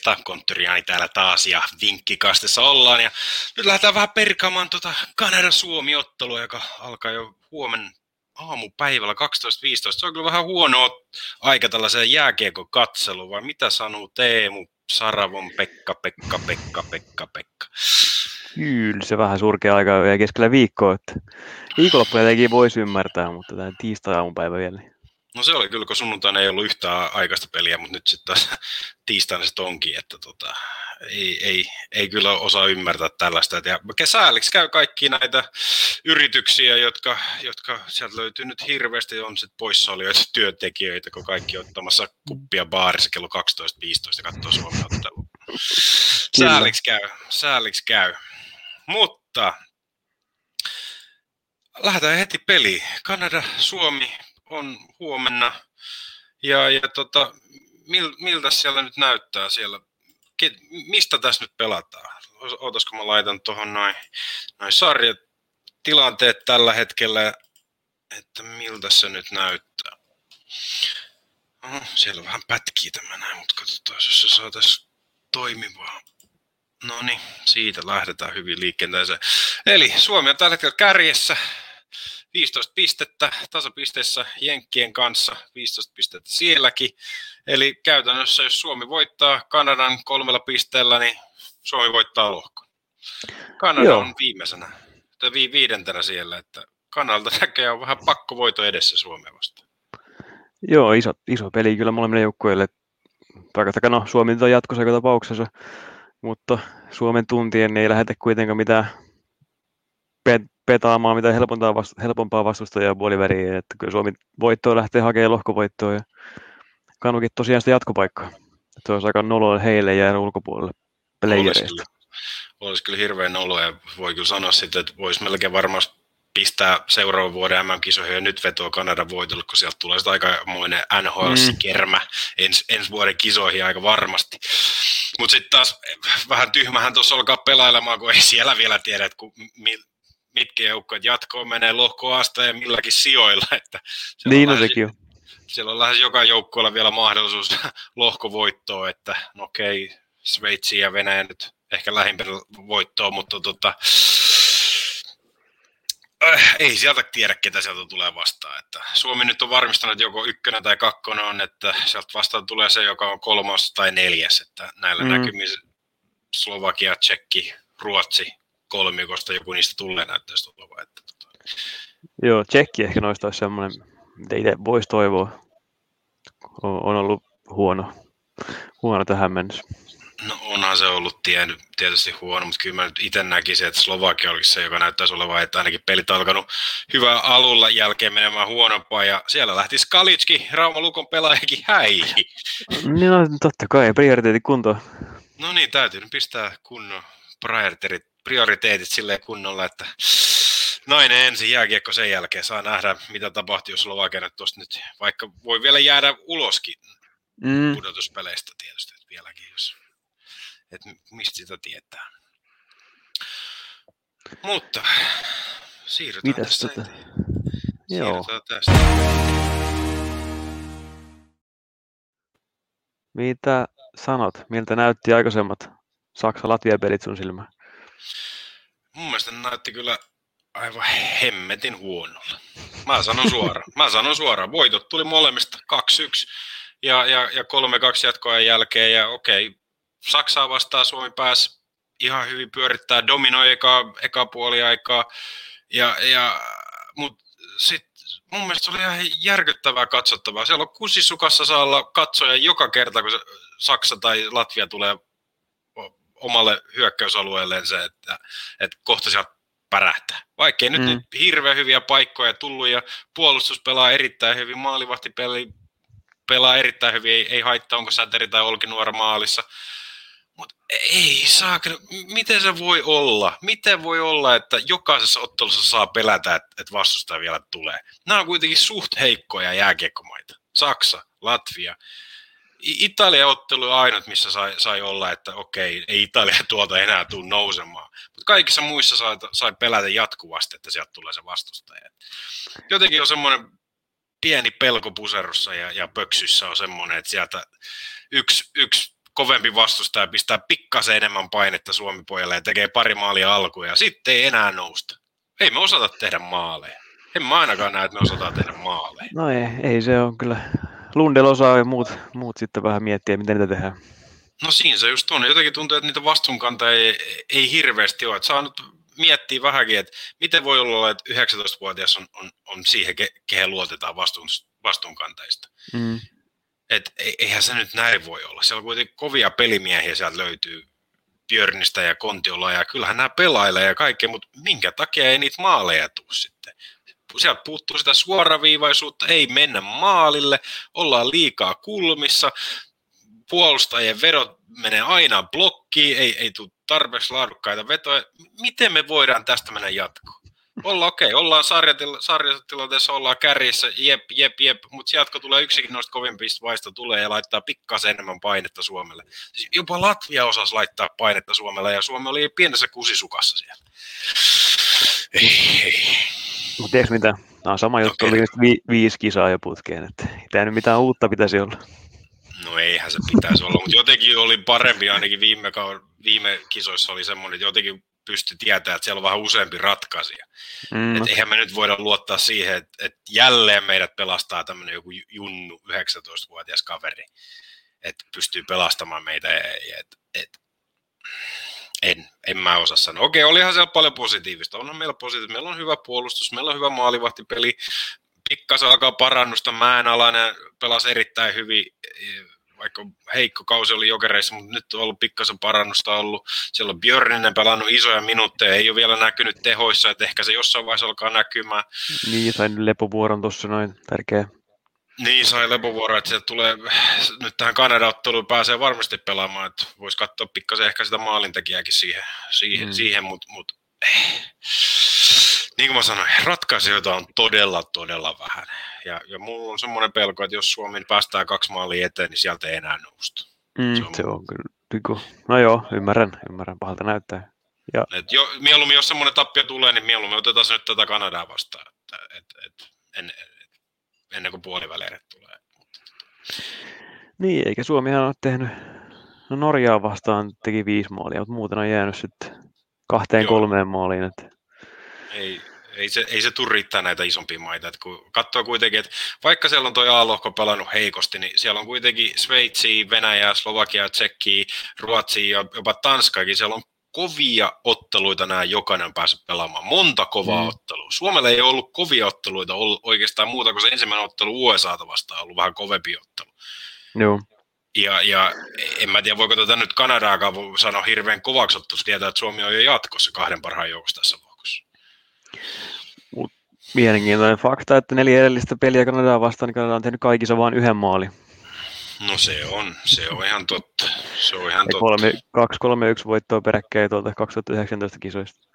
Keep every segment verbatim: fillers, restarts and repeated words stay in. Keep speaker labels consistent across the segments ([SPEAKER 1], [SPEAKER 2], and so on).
[SPEAKER 1] Morjesta, konttoriani täällä taas ja vinkkikastessa ollaan. Ja nyt lähdetään vähän perkaamaan tuota Kanada-Suomi-ottelua, joka alkaa jo huomenna aamupäivällä kaksitoista viisitoista. Se on kyllä vähän huono aika tällaiseen jääkiekon katseluun, vai mitä sanoo Teemu, Saravon, Pekka, Pekka, Pekka, Pekka, Pekka?
[SPEAKER 2] Kyllä, se vähän surkea aika vielä keskellä viikkoa, että viikonloppuja jotenkin voisi ymmärtää, mutta tämä tiistai-aamupäivä vielä.
[SPEAKER 1] No se oli kyllä, kun sunnuntaina ei ollut yhtään aikaista peliä, mutta nyt sitten taas tiistaina se onkin, että tota, ei, ei, ei kyllä osaa ymmärtää tällaista. Ja sääliksi käy kaikki näitä yrityksiä, jotka, jotka sieltä löytyy nyt hirveästi, on sitten poissaolijoita, työntekijöitä, kun kaikki on ottamassa kuppia baarissa kello kaksitoista viisitoista ja katsoo Suomen ottelua. Sääliksi käy, sääliksi käy. Mutta lähdetään heti peliin. Kanada, Suomi on huomenna. Ja, ja tota, mil, miltä siellä nyt näyttää siellä? Ke, mistä tässä nyt pelataan? Ootasko mä laitan tuohon noin noi sarjatilanteet tällä hetkellä, että miltä se nyt näyttää? Oho, siellä vähän pätkii tämä näin, mutta katsotaan, jos se saataisiin toimivaa. No niin, siitä lähdetään hyvin liikenteeseen. Eli Suomi on tällä hetkellä kärjessä. viisitoista pistettä tasapisteessä Jenkkien kanssa, viisitoista pistettä sielläkin. Eli käytännössä, jos Suomi voittaa Kanadan kolmella pisteellä, niin Suomi voittaa lohkon. Kanada Joo. on viimeisenä, tai vi- viidentenä siellä, että Kanalta näkee on vähän pakkovoito edessä Suomea vastaan.
[SPEAKER 2] Joo, iso, iso peli kyllä molemmille joukkueille. No, Suomi on jatkossa joka tapauksessa, mutta Suomen tuntien ei lähetä kuitenkaan mitään pet- petaamaan mitään helpompaa, vastu- helpompaa vastustajaa puoliväriin, että kyllä Suomi voittoa lähtee hakemaan lohkovoittoa ja Kanukin tosiaan sitä jatkopaikkaa. Se olisi aika noloa heille jäädä ulkopuolelle playereista.
[SPEAKER 1] Olisi, olisi kyllä hirveän noloa ja voi kyllä sanoa sitten, että voisi melkein varmaan pistää seuraavan vuoden M M-kisoihin ja nyt vetoa Kanadan voitolle, kun sieltä tulee sitä aikamoinen N H L-kermä mm. ens, ensi vuoden kisoihin aika varmasti. Mutta sitten taas vähän tyhmähän tuossa alkaa pelailemaan, kun ei siellä vielä tiedä, että kun, mi, mitkä joukkoja jatkoon menee lohkoon asti ja milläkin sijoilla. Että
[SPEAKER 2] niin on sekin jo.
[SPEAKER 1] Siellä on lähes joka joukkueella vielä mahdollisuus lohkovoittoon, että no okei, Sveitsi ja Venäjä nyt ehkä lähimpänä voittoon, mutta tota, äh, ei sieltä tiedä, ketä sieltä tulee vastaan. Että Suomi nyt on varmistanut, että joko ykkönen tai kakkonen on, että sieltä vastaan tulee se, joka on kolmas tai neljäs. Että näillä mm. näkymissä Slovakia, Tsekki, Ruotsi kolmikosta joku niistä tulee näyttäisi tulevan. Että tota.
[SPEAKER 2] Joo, Tsekki ehkä noista olisi semmoinen, mitä itse voisi toivoa. On ollut huono, huono tähän mennessä.
[SPEAKER 1] No onhan se ollut tiennyt, tietysti huono, mutta kyllä mä nyt itse näkisin, että Slovakia olisi se, joka näyttäisi olevan, että ainakin pelit alkanut hyvää alulla jälkeen menemään huonompaa. Ja siellä lähti Skalitski, Rauma Lukon pelaajakin häihin.
[SPEAKER 2] Niin no, totta kai, prioriteetit kuntoon.
[SPEAKER 1] No niin, täytyy nyt pistää kunnon prioriteetit, prioriteetit silleen kunnolla, että nainen ensin, jääkiekko sen jälkeen. Saa nähdä, mitä tapahtuu, jos Slovakia nyt tuosta nyt, vaikka voi vielä jäädä uloskin mm. pudotuspeleistä tietysti, että vieläkin, jos, että mistä sitä tietää. Mutta siirrytään
[SPEAKER 2] Mitäs
[SPEAKER 1] tästä
[SPEAKER 2] tota?
[SPEAKER 1] Siirrytään Joo. tästä.
[SPEAKER 2] Mitä sanot? Miltä näytti aikaisemmat Saksa-Latvia-pelit sun silmään?
[SPEAKER 1] Mun mielestä ne näytti kyllä aivan hemmetin huonolla. Mä sanon suoraan. Mä sanon suoraan. Voitot tuli molemmista kaksi yksi ja, ja, ja kolme kaksi jatkoajan jälkeen. Ja okei, Saksaa vastaan Suomi pääsi ihan hyvin pyörittää, dominoi eka, eka puoli aikaa. Ja, ja, mutta sitten mun mielestä se oli ihan järkyttävää katsottavaa. Siellä on kusisukassa saa olla katsoja joka kerta, kun se Saksa tai Latvia tulee omalle hyökkäysalueelleen se, että, että kohta sieltä pärähtää. Vaikkei nyt, mm. nyt hirveän hyviä paikkoja tullut ja puolustus pelaa erittäin hyvin, maalivahti pelaa erittäin hyvin, ei, ei haittaa onko Säteri tai Olkinuora maalissa. Mutta ei saa, miten se voi olla? Miten voi olla, että jokaisessa ottelussa saa pelätä, että, että vastustaja vielä tulee? Nämä on kuitenkin suht heikkoja jääkiekkomaita. Saksa, Latvia. Italian ottelu on ainut, missä sai, sai olla, että okei, ei Italia tuolta enää tule nousemaan. Mutta kaikissa muissa sai, sai pelätä jatkuvasti, että sieltä tulee se vastustaja. Jotenkin on semmoinen pieni pelko puserussa ja, ja pöksyssä on semmoinen, että sieltä yksi, yksi kovempi vastustaja pistää pikkasen enemmän painetta Suomi-pojalle ja tekee pari maalia alkuun ja sitten ei enää nousta. Ei me osata tehdä maaleja. En mä ainakaan näe, että me osataan tehdä maaleja.
[SPEAKER 2] No ei, ei se on kyllä. Lundell osaa ja muut, muut sitten vähän miettiä, miten niitä tehdään.
[SPEAKER 1] No siinä se just on. Jotenkin tuntuu, että niitä vastuunkantajia ei, ei hirveästi ole. Että saa nyt miettiä vähänkin, että miten voi olla, että yhdeksäntoistavuotias on, on, on siihen, kehen luotetaan vastuun, vastuunkantajista. Mm. Et eihän se nyt näin voi olla. Siellä on kuitenkin kovia pelimiehiä sieltä löytyy Björnistä ja Kontiola ja kyllähän nämä pelailee ja kaikkea, mutta minkä takia ei niitä maaleja tule sitten? Sieltä puuttuu sitä suoraviivaisuutta, ei mennä maalille, ollaan liikaa kulmissa, puolustajien vedot menee aina blokkiin, ei, ei tule tarpeeksi laadukkaita vetoja. Miten me voidaan tästä mennä jatkoon? Ollaan okei, okay, ollaan sarjatil- sarjatilanteessa, ollaan kärjissä, jep, jep, jep, mutta jatko tulee yksikin noista kovimpista vaista tulee ja laittaa pikkasen enemmän painetta Suomelle. Siis jopa Latvia osasi laittaa painetta Suomelle ja Suomi oli pienessä kusisukassa siellä. Ei, ei.
[SPEAKER 2] Mutta tiedätkö mitä? No, sama juttu okay. Oli vi- viisi kisaa jo putkeen, että ei tämä nyt mitään uutta pitäisi olla.
[SPEAKER 1] No eihän se pitäisi olla, mutta jotenkin oli parempi, ainakin viime, viime kisoissa oli semmoinen, että jotenkin pystyi tietämään, että siellä on vähän useampi ratkaisija. Mm. Että eihän me nyt voida luottaa siihen, että, että jälleen meidät pelastaa tämmöinen joku junnu yhdeksäntoistavuotias kaveri, että pystyy pelastamaan meitä. Et, et, en, en mä osaa sanoa. Okei, olihan siellä paljon positiivista. Onhan meillä positiivista. Meillä on hyvä puolustus, meillä on hyvä maalivahtipeli. Pikkasen alkaa parannusta. Mäenalainen pelasi erittäin hyvin, vaikka heikko kausi oli Jokereissa, mutta nyt on ollut pikkasen parannusta ollut. Siellä on Björninen pelannut isoja minuutteja, ei ole vielä näkynyt tehoissa, että ehkä se jossain vaiheessa alkaa näkymään.
[SPEAKER 2] Niin, sain lepovuoron tuossa noin, tärkeä.
[SPEAKER 1] Niin, sai lepovuoro, että se tulee nyt tähän Kanada-otteluun pääsee varmasti pelaamaan, että voisi katsoa pikkasen ehkä sitä maalintekijääkin siihen, siihen, mm. siihen mutta mut, eh. Niin kuin mä sanoin, ratkaisijoita on todella, todella vähän. Ja, ja mulla on semmoinen pelko, että jos Suomi päästään kaksi maalia eteen, niin sieltä ei enää nousta.
[SPEAKER 2] Mm, se on, se on kyllä. No joo, ymmärrän, ymmärrän, pahalta näyttää. Ja.
[SPEAKER 1] Et jo, mieluummin, jos semmoinen tappio tulee, niin mieluummin otetaan se nyt tätä Kanadaa vastaan, että, et, et, en, et, ennen kuin puoliväliä tulee.
[SPEAKER 2] Niin, eikä Suomihan ole tehnyt, no Norjaa vastaan teki viisi maalia, mutta muuten on jäänyt sitten kahteen joo. kolmeen maaliin. Että.
[SPEAKER 1] Ei, ei, se, ei se tule riittää näitä isompia maita. Et kun katsoo kuitenkin, että vaikka siellä on tuo A-lohko pelannut heikosti, niin siellä on kuitenkin Sveitsi, Venäjä, Slovakia, Tsekki, Ruotsi ja jopa Tanskakin. Siellä on kovia otteluita nämä jokainen on päässyt pelaamaan. Monta kovaa mm. ottelua. Suomella ei ole ollut kovia otteluita oikeastaan muuta kuin se ensimmäinen ottelu U S A:ta vastaan ollut vähän kovempi ottelu.
[SPEAKER 2] Joo.
[SPEAKER 1] Ja, ja en mä tiedä, voiko tätä nyt Kanadaakaan sanoa hirveän kovaksi otteluksi, tietää, että Suomi on jo jatkossa kahden parhaan joukossa tässä lohkossa.
[SPEAKER 2] Mut mielenkiintoinen fakta, että neljä edellistä peliä Kanadaa vastaan, niin Kanada on tehnyt kaikissa vain yhden maalin.
[SPEAKER 1] No se on, se on ihan totta. Se on ihan totta.
[SPEAKER 2] Kolme, kaksi kolme yksi voittoa peräkkäin tuolta kaksituhattayhdeksäntoista kisoista.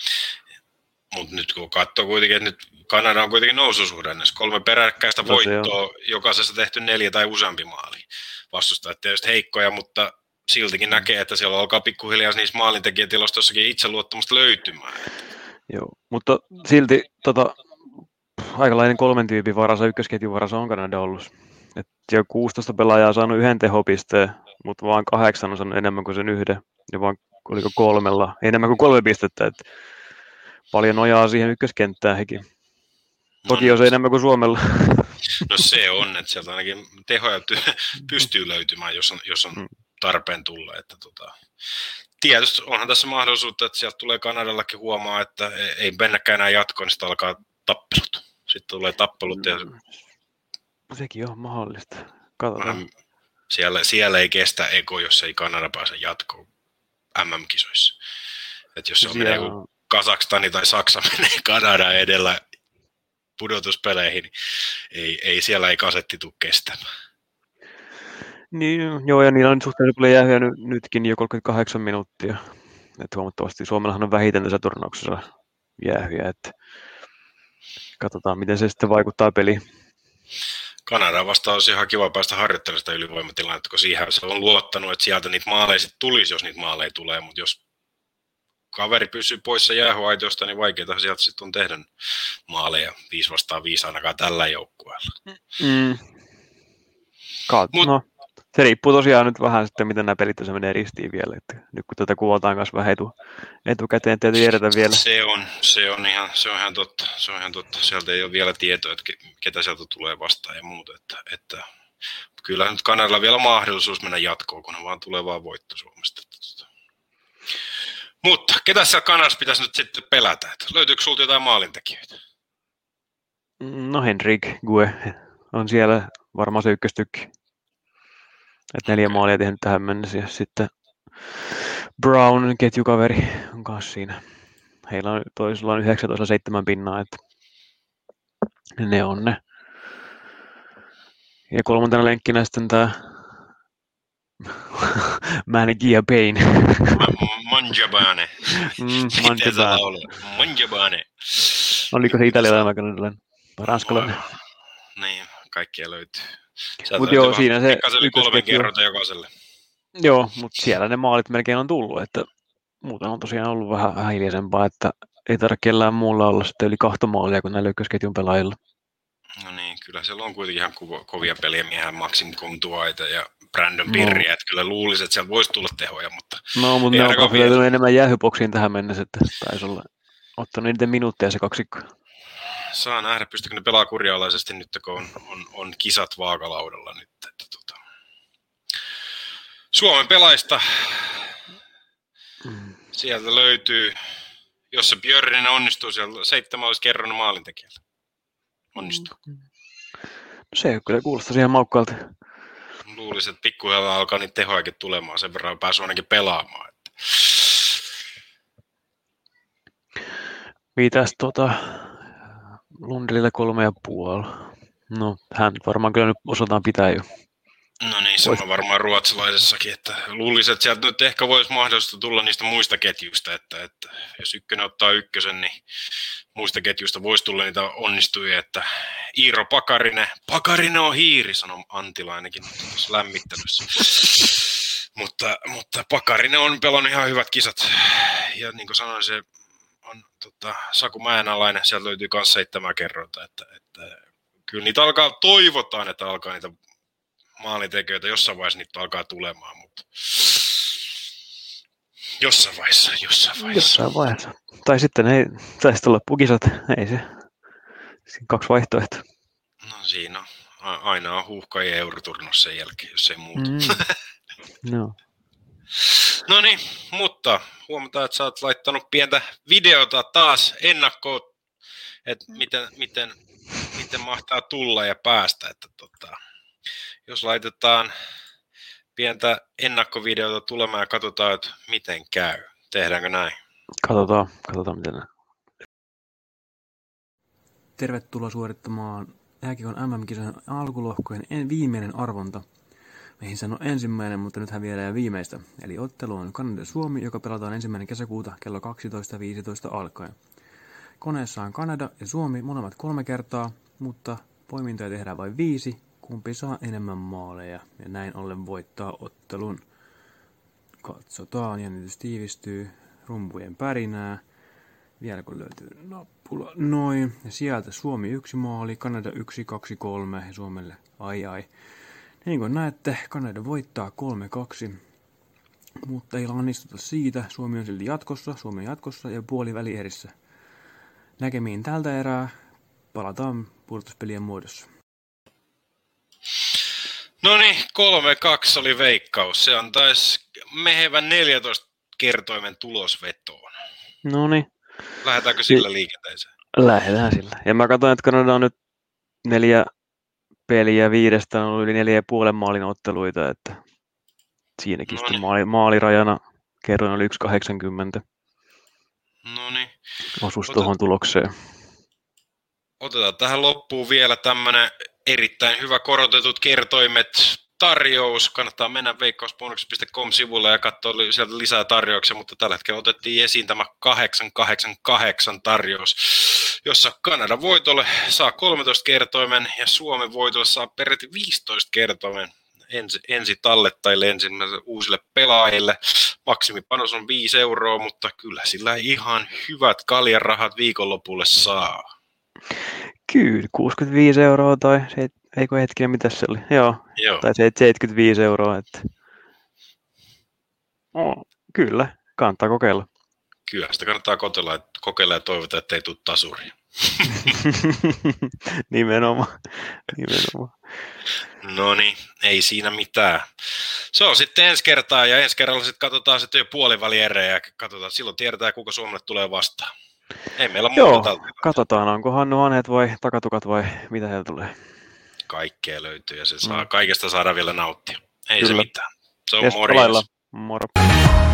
[SPEAKER 1] Mutta nyt kun katsoo kuitenkin, että nyt Kanada on kuitenkin noususuhdannessa. Kolme peräkkäistä no, voittoa, jokaisessa tehty neljä tai useampi maali. Vastustajat tietysti heikkoja, mutta siltikin mm. näkee, että siellä alkaa pikkuhiljaa niissä maalintekijätilostossakin itseluottamusta löytymään.
[SPEAKER 2] Joo, mutta silti tota, aikalainen kolmen tyypin varassa, ykkösketjun varassa on Kanada ollut. Et siellä kuusitoista pelaajaa on saanut yhden tehopisteen, mutta vaan kahdeksan on saanut enemmän kuin sen yhden. Ja vaan oliko kolmella, enemmän kuin kolme pistettä. Et paljon nojaa siihen ykköskenttään hekin. Toki no, on se enemmän kuin Suomella.
[SPEAKER 1] No se on, että sieltä ainakin tehoja ty- pystyy löytymään, jos on, jos on tarpeen tulla. Että tota. Tietysti onhan tässä mahdollisuutta, että sieltä tulee Kanadallakin huomaa, että ei mennäkään enää jatkoon, niin sitten alkaa tappelut. Sitten tulee tappelut. Ja
[SPEAKER 2] sekin on mahdollista. Katsotaan.
[SPEAKER 1] Siellä, siellä ei kestä ego, jos ei Kanada pääse jatkoon M M-kisoissa. Että jos se on menee joku Kazakstani tai Saksa menee Kanada edellä pudotuspeleihin, niin ei, ei siellä ei kasetti tule kestämään.
[SPEAKER 2] Niin, joo, ja niillä on suhteellisen paljon jäähyä nyt, nytkin jo kolmekymmentäkahdeksan minuuttia. Että huomattavasti Suomellahan on vähiten tässä turnauksessa jäähyä, että katsotaan, miten se sitten vaikuttaa peliin.
[SPEAKER 1] Kanada vastaan olisi ihan kiva päästä harjoittelemaan sitä ylivoimatilannetta, kun siihen se on luottanut, että sieltä niitä maaleja sitten tulisi, jos niitä maaleja tulee, mutta jos kaveri pysyy poissa jäähyaitiosta, niin vaikeaa sieltä sitten on tehdä maaleja viisi vastaan viisi ainakaan tällä joukkueella.
[SPEAKER 2] Mm. Kat-
[SPEAKER 1] Mut,
[SPEAKER 2] no, Se riippuu tosiaan nyt vähän sitten, miten nämä pelit se menee ristiin vielä. Että nyt kun tätä kuvataan kanssa vähän etu, etukäteen, ettei tiedetä vielä.
[SPEAKER 1] Se on, se on ihan, se on ihan totta. Se on ihan totta. Sieltä ei ole vielä tietoa, että ketä sieltä tulee vastaan ja muuta. Että, että, kyllä nyt Kanadalla vielä mahdollisuus mennä jatkoon, kun vaan tulee vaan voitto Suomesta. Mutta ketä siellä Kanadassa pitäisi nyt sitten pelätä? Että löytyykö sulta jotain maalintekijöitä?
[SPEAKER 2] No Henrik Gue on siellä varmaan se ykköstykki. Että neljä maalia tehnyt tähän mennessä ja sitten Brown, ketjukaveri, on kanssa siinä. Heillä on toisella on yhdeksäntoista seitsemän pinnaa, että ne on ne. Ja kolmantena lenkkinä sitten tää Mangia Payne.
[SPEAKER 1] Manjabane.
[SPEAKER 2] Mm, Manjabane.
[SPEAKER 1] Manjabane.
[SPEAKER 2] Oliko se italialainen vai kanadalainen? Ranskalainen.
[SPEAKER 1] Niin, kaikkia löytyy.
[SPEAKER 2] Mutta joo, siinä se
[SPEAKER 1] kolmen kerrota jokaiselle.
[SPEAKER 2] Joo, mutta siellä ne maalit melkein on tullut, että muuten on tosiaan ollut vähän, vähän hiljaisempaa, että ei tarvitse kellään muulla olla sitten yli kahta maalia kuin näillä ykkösketjun pelaajilla.
[SPEAKER 1] No niin, kyllä siellä on kuitenkin ihan ko- kovia peliä, Maxim Comtuaita ja Brandon Birria, no. Että kyllä luulisin, että siellä voisi tulla tehoja, mutta...
[SPEAKER 2] No, mutta ne on profiloitunut enemmän jäähyboksiin tähän mennessä, että taisi olla ottanut niiden minuutteja se kaksikko.
[SPEAKER 1] Saa nähdä, pystykö ne pelaa kurjaalaisesti nyt, kun on, on, on kisat vaakalaudalla nyt. Että, tota. Suomen pelaajista mm. sieltä löytyy, jos se Björninen onnistuu, siellä seitsemän olisi kerran maalintekijällä. Onnistuu.
[SPEAKER 2] No se kyllä kuulostaa siihen maukkaalta.
[SPEAKER 1] Luulisin, että pikkuhiljaa alkaa niitä tehojakin tulemaan, sen verran pääsee ainakin pelaamaan. Että.
[SPEAKER 2] Mitäs tota... Lundellille kolme ja puoli. No, hän varmaan kyllä nyt osataan pitää jo.
[SPEAKER 1] No niin, se on varmaan ruotsalaisessakin, että luulisin, että sieltä nyt ehkä voisi mahdollista tulla niistä muista ketjuista, että, että jos ykkönen ottaa ykkösen, niin muista ketjuista voisi tulla niitä onnistujia, että Iiro Pakarinen, Pakarinen on hiiri, sanoi Antila ainakin tuossa lämmittelyssä. mutta, mutta Pakarinen on pelannut ihan hyvät kisat, ja niin kuin sanoin, se on tota, Saku Mäenalainen, sieltä löytyy myös seitsemän kerrointa, että, että kyllä niitä alkaa, toivotaan, että alkaa niitä maalintekijöitä, jossain vaiheessa niitä alkaa tulemaan, mutta jossain vaiheessa, jossain vaiheessa.
[SPEAKER 2] Jossain vaiheessa. Tai sitten ei, tai sitten loppukisat, ei se, siinä kaksi vaihtoehtoa.
[SPEAKER 1] No siinä on, aina on huuhka ja euroturnos sen jälkeen, jos ei muuta. Mm.
[SPEAKER 2] No.
[SPEAKER 1] No niin, mutta huomataan, että sä oot laittanut pientä videota taas ennakkoon, että miten, miten, miten mahtaa tulla ja päästä. Että tota, jos laitetaan pientä ennakkovideota tulemaan ja katsotaan, että miten käy. Tehdäänkö näin?
[SPEAKER 2] Katsotaan, katsotaan miten näin. Tervetuloa suorittamaan jääkiekon M M-kisojen alkulohkojen viimeinen arvonta. Meihin sano ensimmäinen, mutta nyt häviää viimeistä. Eli ottelu on Kanada-Suomi, joka pelataan ensimmäinen kesäkuuta kello kaksitoista viisitoista alkaen. Koneessa on Kanada ja Suomi molemmat kolme kertaa, mutta poimintoja tehdään vain viisi, kumpi saa enemmän maaleja ja näin ollen voittaa ottelun. Katsotaan, jännitys tiivistyy, rumpujen pärinää. Vielä kun löytyy nappula, noin. Ja sieltä Suomi yksi maali, Kanada yksi, kaksi, kolme ja Suomelle ai ai. Niin kuin näette, Kanada voittaa kolme kaksi, mutta ei lannistuta siitä. Suomi on silti jatkossa, Suomi on jatkossa ja puoliväli erissä. Näkemiin tältä erää. Palataan puolustuspelien muodossa.
[SPEAKER 1] No niin, kolme kaksi oli veikkaus. Se antaisi mehevän neljätoista kertoimen tulosvetoon.
[SPEAKER 2] No niin.
[SPEAKER 1] Lähdetäänkö sillä si- liikenteeseen?
[SPEAKER 2] Lähdetään sillä. Ja mä katsoin, että Kanada on nyt neljä peliä viidestä on ollut yli neljä ja puolen maalin otteluita, että siinäkin no niin. maali, maalirajana kerroin oli yksi kahdeksankymmentä.
[SPEAKER 1] No niin.
[SPEAKER 2] Osuus Otet... tuohon tulokseen.
[SPEAKER 1] Otetaan tähän loppuun vielä tämmönen erittäin hyvä korotetut kertoimet tarjous. Kannattaa mennä veikkausbonukset piste com-sivulle ja katsoa sieltä lisää tarjouksia, mutta tällä hetkellä otettiin esiin tämä kahdeksan kahdeksan kahdeksan tarjous, jossa Kanada voitolle saa kolmetoista kertoimen ja Suomen voitolle saa peräti viisitoista kertoimen ensi, ensi tallettajille, ensimmäisille uusille pelaajille. Maksimipanos on viisi euroa, mutta kyllä sillä ihan hyvät kaljarahat viikonlopulle saa.
[SPEAKER 2] Kyllä, kuusikymmentäviisi euroa tai eikö hetkinen, mitä se oli? Joo,
[SPEAKER 1] Joo.
[SPEAKER 2] tai seitsemänkymmentäviisi euroa. Että... Oh, kyllä, kannattaa kokeilla.
[SPEAKER 1] Kyllä, sitä kannattaa kokeilla, kokeilla ja toivota, että ei tule tasuria.
[SPEAKER 2] nimenomaan, nimenomaan.
[SPEAKER 1] No niin, ei siinä mitään. Se on sitten ensi kertaa ja ensi kerralla sitten katsotaan sitten jo puolivälierejä ja katsotaan, silloin tiedetään, kuka Suomelle tulee vastaan. Ei meillä muuta
[SPEAKER 2] Joo,
[SPEAKER 1] tältä.
[SPEAKER 2] katsotaan, onko Hannu Haneet vai takatukat vai mitä heillä tulee.
[SPEAKER 1] Kaikkea löytyy ja se saa,
[SPEAKER 2] Mm.
[SPEAKER 1] kaikesta saadaan vielä nauttia. Ei
[SPEAKER 2] Kyllä.
[SPEAKER 1] se mitään. Se on
[SPEAKER 2] Yes,
[SPEAKER 1] morjens.
[SPEAKER 2] Moro.